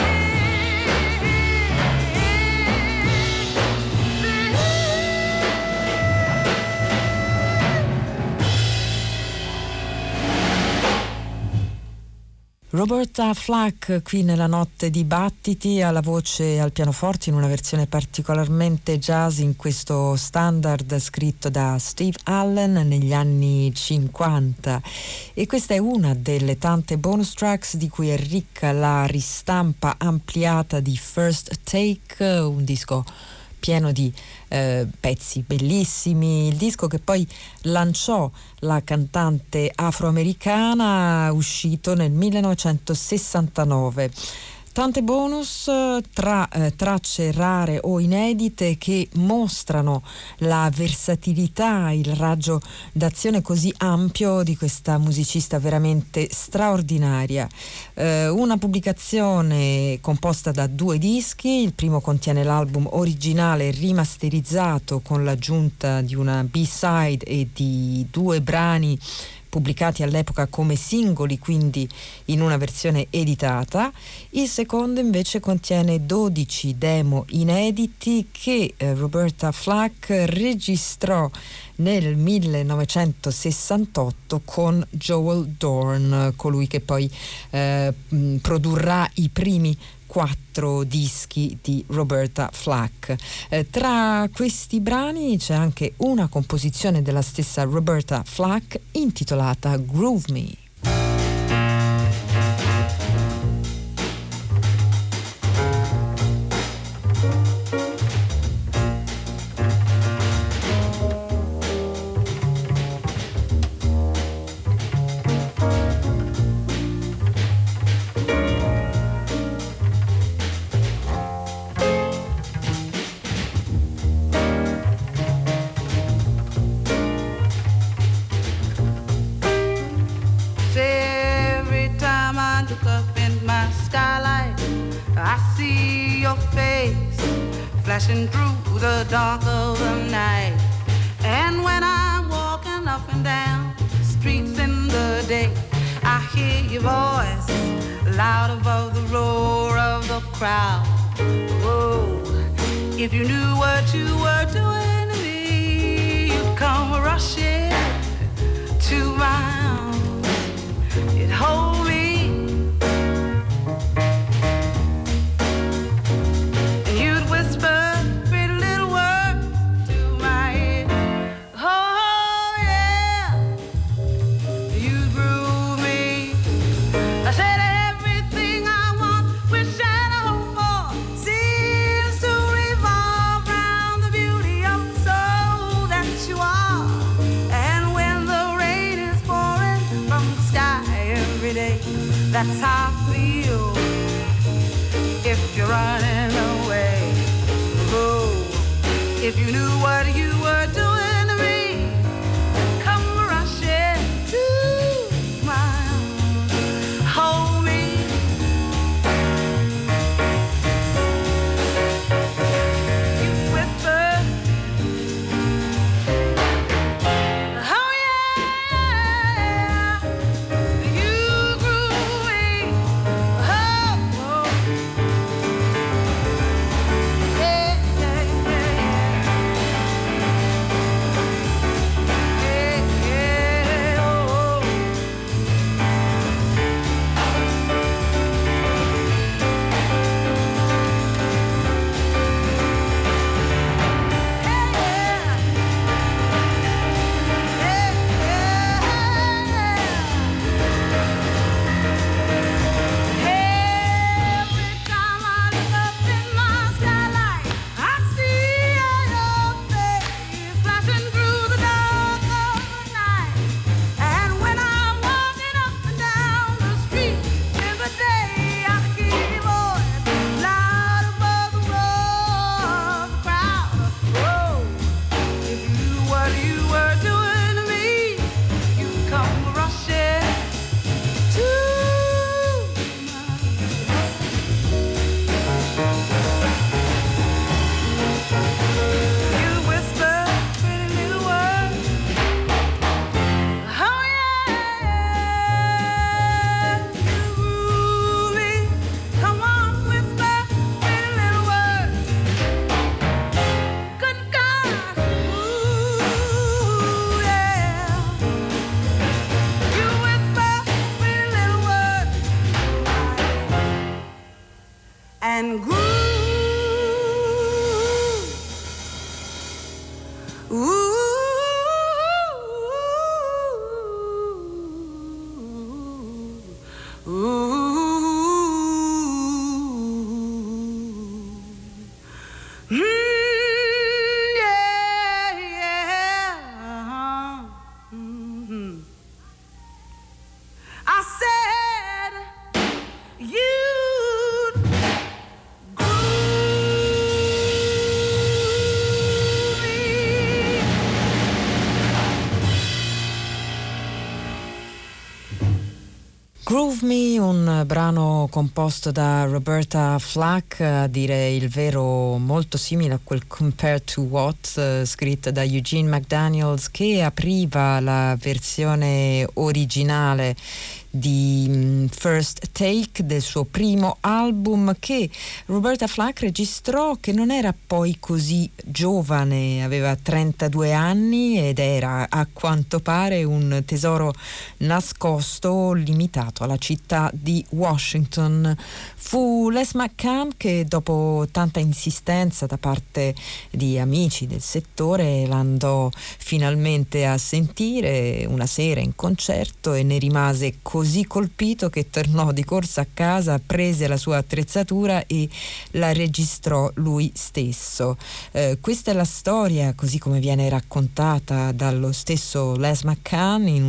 Speaker 11: Roberta Flack qui nella Notte di Battiti, alla voce e al pianoforte in una versione particolarmente jazz in questo standard scritto da Steve Allen negli anni 50, e questa è una delle tante bonus tracks di cui è ricca la ristampa ampliata di First Take, un disco pieno di pezzi bellissimi, il disco che poi lanciò la cantante afroamericana, uscito nel 1969. Tante bonus tra tracce rare o inedite che mostrano la versatilità, il raggio d'azione così ampio di questa musicista veramente straordinaria. Una pubblicazione composta da 2 dischi, il primo contiene l'album originale rimasterizzato con l'aggiunta di una B-side e di 2 brani pubblicati all'epoca come singoli, quindi in una versione editata. Il secondo invece contiene 12 demo inediti che Roberta Flack registrò nel 1968 con Joel Dorn, colui che poi produrrà i primi 4 dischi di Roberta Flack. Tra questi brani c'è anche una composizione della stessa Roberta Flack intitolata Groove Me.
Speaker 10: your face flashing through the dark of the night. And when I'm walking up and down the streets in the day, I hear your voice loud above the roar of the crowd. Whoa, if you knew what you were doing to me, you'd come rushing to my arms, you'd hold me, and you'd whisper pretty little words to my ear. Oh yeah, you'd groove me. I said everything I want, wish and hope for, seems to revolve around the beauty of the soul that you are. And when the rain is pouring from the sky every day, that's how I feel if you're running away. Oh, if you knew what you were doing to me, come rushing to my arms, hold me. You whisper, oh yeah, you groovy, oh, oh. Yeah, yeah, yeah, yeah, yeah, oh. Every time I look up in my skylight, I see your face flashing through the dark of the night. And when I'm walking up and down the street in the day, I hear your voice loud above the roar of the crowd. Oh, if you knew what you were doing to me, you'd come rushing to you whisper pretty little words. Oh yeah, you groovy. Come on, whisper pretty little words. Good God, ooh yeah. You whisper pretty little words and groove. Yeah, yeah. I said you'd
Speaker 11: Groove Me, un brano composto da Roberta Flack, a dire il vero molto simile a quel Compared to What, scritto da Eugene McDaniels, che apriva la versione originale di First Take del suo primo album, che Roberta Flack registrò, che non era poi così giovane, aveva 32 anni ed era a quanto pare un tesoro nascosto limitato alla città di Washington. Fu Les McCann che, dopo tanta insistenza da parte di amici del settore, l'andò finalmente a sentire una sera in concerto e ne rimase così colpito che tornò di corsa a casa, prese la sua attrezzatura e la registrò lui stesso. Questa è la storia così come viene raccontata dallo stesso Les McCann in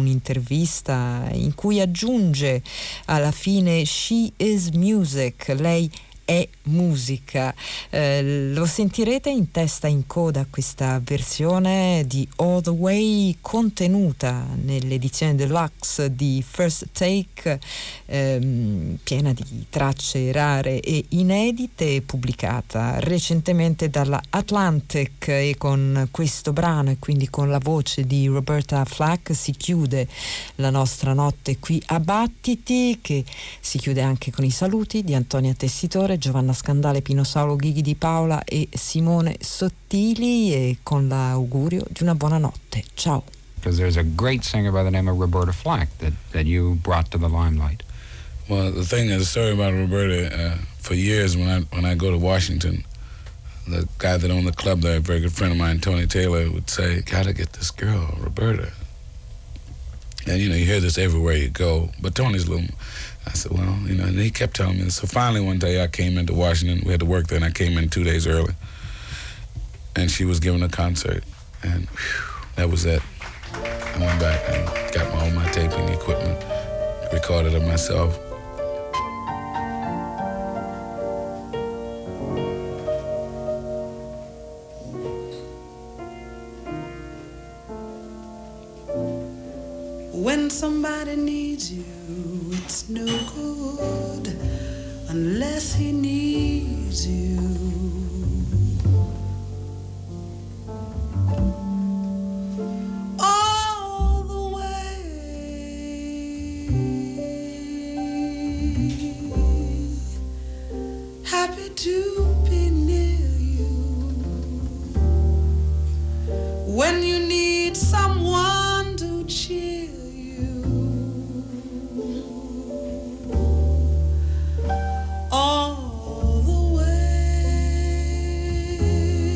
Speaker 11: un'intervista in cui aggiunge alla fine "She is music", lei è musica. Lo sentirete in testa in coda questa versione di All the Way, contenuta nell'edizione deluxe di First Take, piena di tracce rare e inedite, pubblicata recentemente dalla Atlantic. E con questo brano e quindi con la voce di Roberta Flack si chiude la nostra notte qui a Battiti, che si chiude anche con i saluti di Antonia Tessitore, Giovanna Scandale, Pino Saulo, Ghighi Di Paola e Simone Sottili, e con l'augurio di una buona notte. Ciao.
Speaker 9: Because there's a great singer by the name of Roberta Flack that you brought to the limelight.
Speaker 12: Well, the thing is, the story about Roberta, for years when I go to Washington, the guy that owned the club there, a very good friend of mine, Tony Taylor, would say, "Gotta get this girl, Roberta." And, you hear this everywhere you go. But Tony's a little... I said, well, and he kept telling me. So finally one day I came into Washington. We had to work there, and I came in 2 days early. And she was giving a concert. And that was it. I went back and got all my taping equipment, recorded it myself.
Speaker 10: When somebody needs you, it's no good unless he needs you. All the way, happy to be near you. When you need someone to cheer all the way,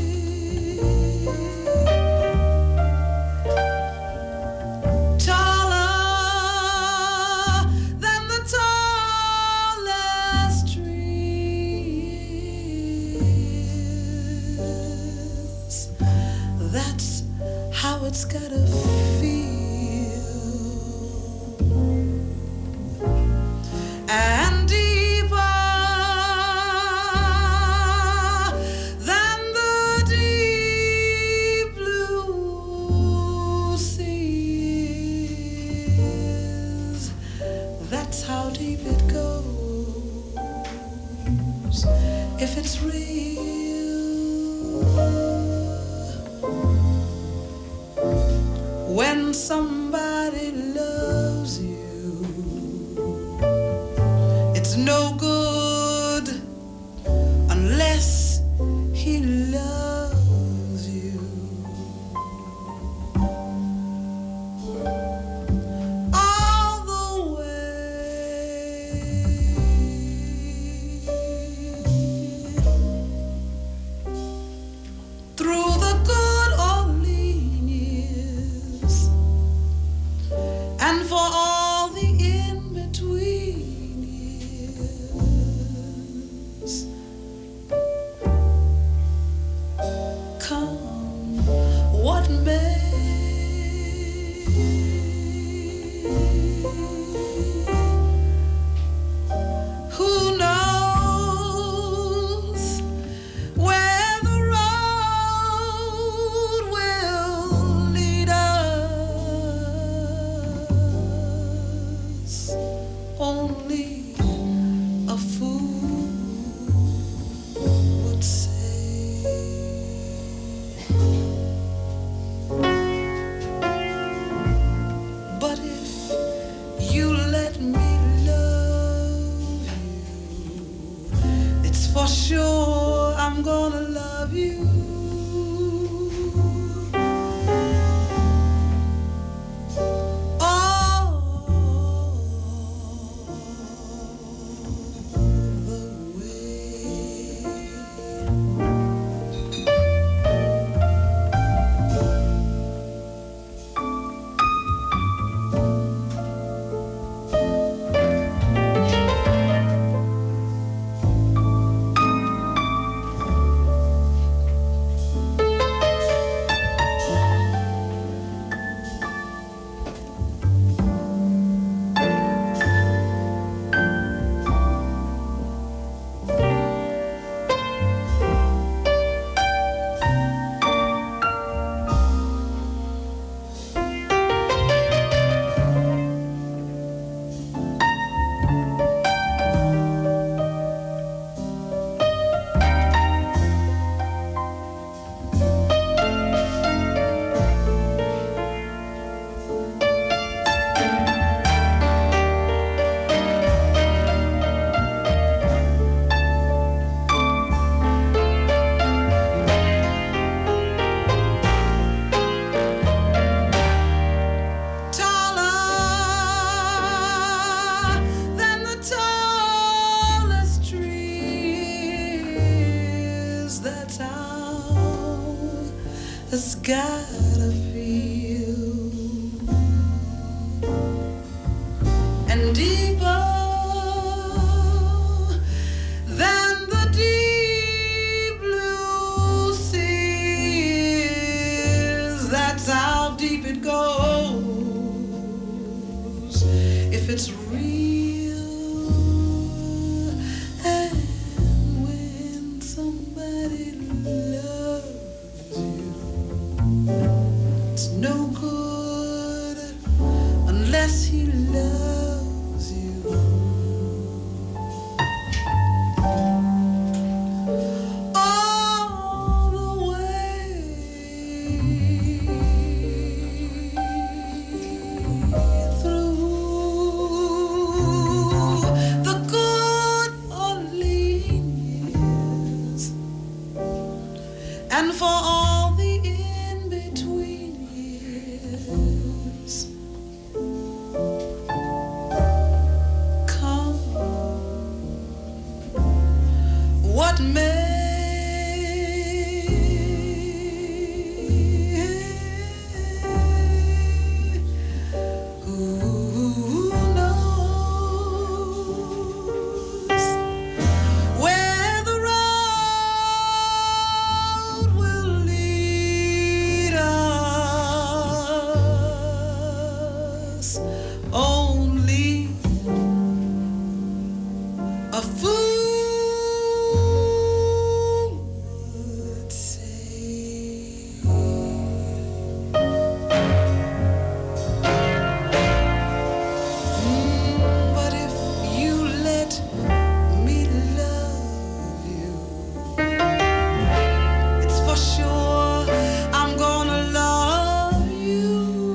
Speaker 10: taller than the tallest trees. That's how it's gotta feel. And if it's real, when somebody loves you, it's no good unless he loves you. All the way, through the good or lean years, and for all the in-between years. Come what may, who knows where the road will lead us? Only a fool would say. But if you let me love you, it's for sure I'm gonna love you. All the way. that's how it's gotta feel. And deeper than the deep blue sea is, that's how deep it goes. If it's real, and when somebody loves you, it's no good unless he loves you. All the way through the good or lean years, and for all the in-between years. Come, what may, who knows where the road will lead us? Only a fool would say. But if you let me love you, it's for sure I'm gonna love you.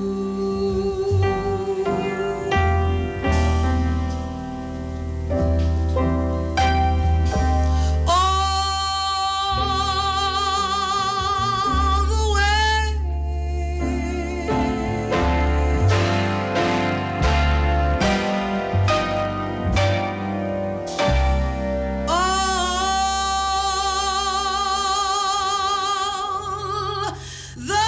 Speaker 10: All the way. All the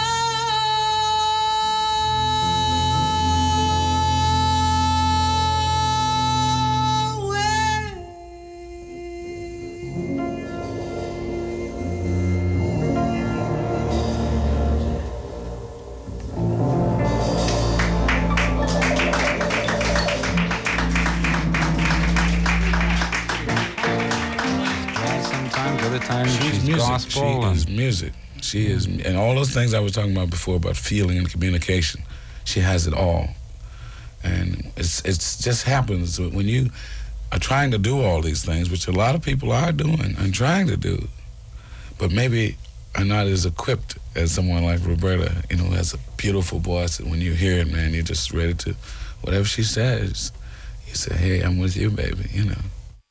Speaker 9: Sometimes, other times, she's
Speaker 12: music.
Speaker 9: gospel.
Speaker 12: She is music. She is, and all those things I was talking about before about feeling and communication. She has it all, and it's just happens when you are trying to do all these things, which a lot of people are doing and trying to do, but maybe are not as equipped as someone like Roberta, you know, who has a beautiful voice. And when you hear it, man, you're just ready to, whatever she says, you say, hey, I'm with you, baby, you know.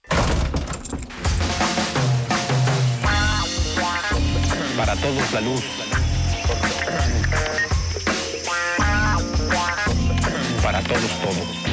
Speaker 13: Para todos la luz. Para todos todo.